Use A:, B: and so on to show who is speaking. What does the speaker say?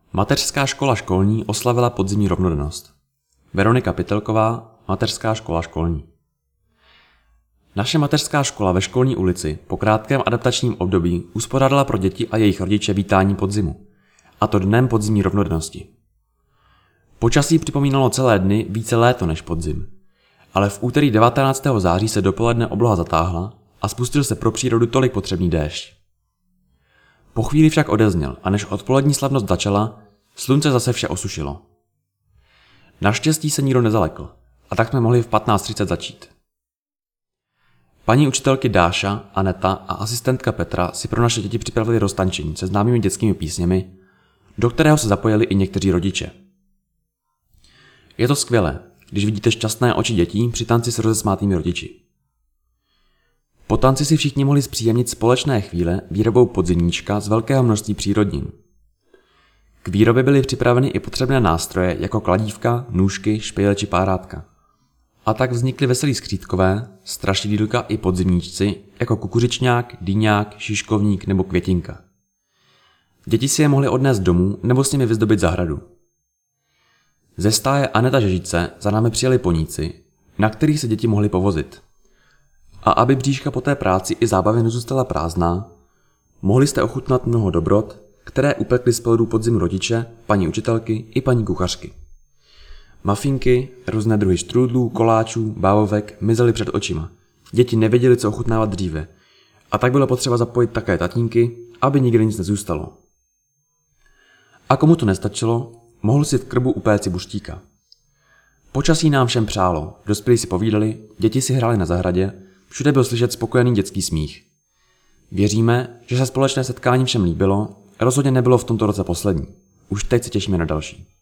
A: Mateřská škola školní oslavila podzimní rovnodennost. Veronika Pytelková, Mateřská škola školní. Naše mateřská škola ve Školní ulici po krátkém adaptačním období uspořádala pro děti a jejich rodiče vítání podzimu, a to dnem podzimní rovnodennosti. Počasí připomínalo celé dny více léto než podzim, ale v úterý 19. září se dopoledne obloha zatáhla a spustil se pro přírodu tolik potřebný déšť. Po chvíli však odezněl a než odpolední slavnost začala, slunce zase vše osušilo. Naštěstí se nikdo nezalekl a tak jsme mohli v 15:30 začít. Paní učitelky Dáša, Aneta a asistentka Petra si pro naše děti připravili roztančení se známými dětskými písněmi, do kterého se zapojili i někteří rodiče. Je to skvělé, když vidíte šťastné oči dětí při tanci s rozesmátými rodiči. Po tanci si všichni mohli zpříjemnit společné chvíle výrobou podzimníčka z velkého množství přírodnin. K výrobě byly připraveny i potřebné nástroje jako kladívka, nůžky, špejle či párátka. A tak vznikly veselí skřítkové, strašidýlka i podzimníčci jako kukuřičňák, dýňák, šiškovník nebo květinka. Děti si je mohly odnést domů nebo s nimi vyzdobit zahradu. Ze stáje Aneta Žežice za námi přijeli poníci, na kterých se děti mohly povozit. A aby bříška po té práci i zábavě nezůstala prázdná, mohli jste ochutnat mnoho dobrot, které upekly z plodů podzimu rodiče, paní učitelky i paní kuchařky. Mafinky, různé druhy štrůdlů, koláčů, bávovek mizely před očima. Děti nevěděli, co ochutnávat dříve. A tak bylo potřeba zapojit také tatínky, aby nikde nic nezůstalo. A komu to nestačilo, mohl si v krbu upéci buštíka. Počasí nám všem přálo, dospělí si povídali, děti si hrály na zahradě, všude byl slyšet spokojený dětský smích. Věříme, že se společné setkání všem líbilo, rozhodně nebylo v tomto roce poslední. Už teď se těšíme na další.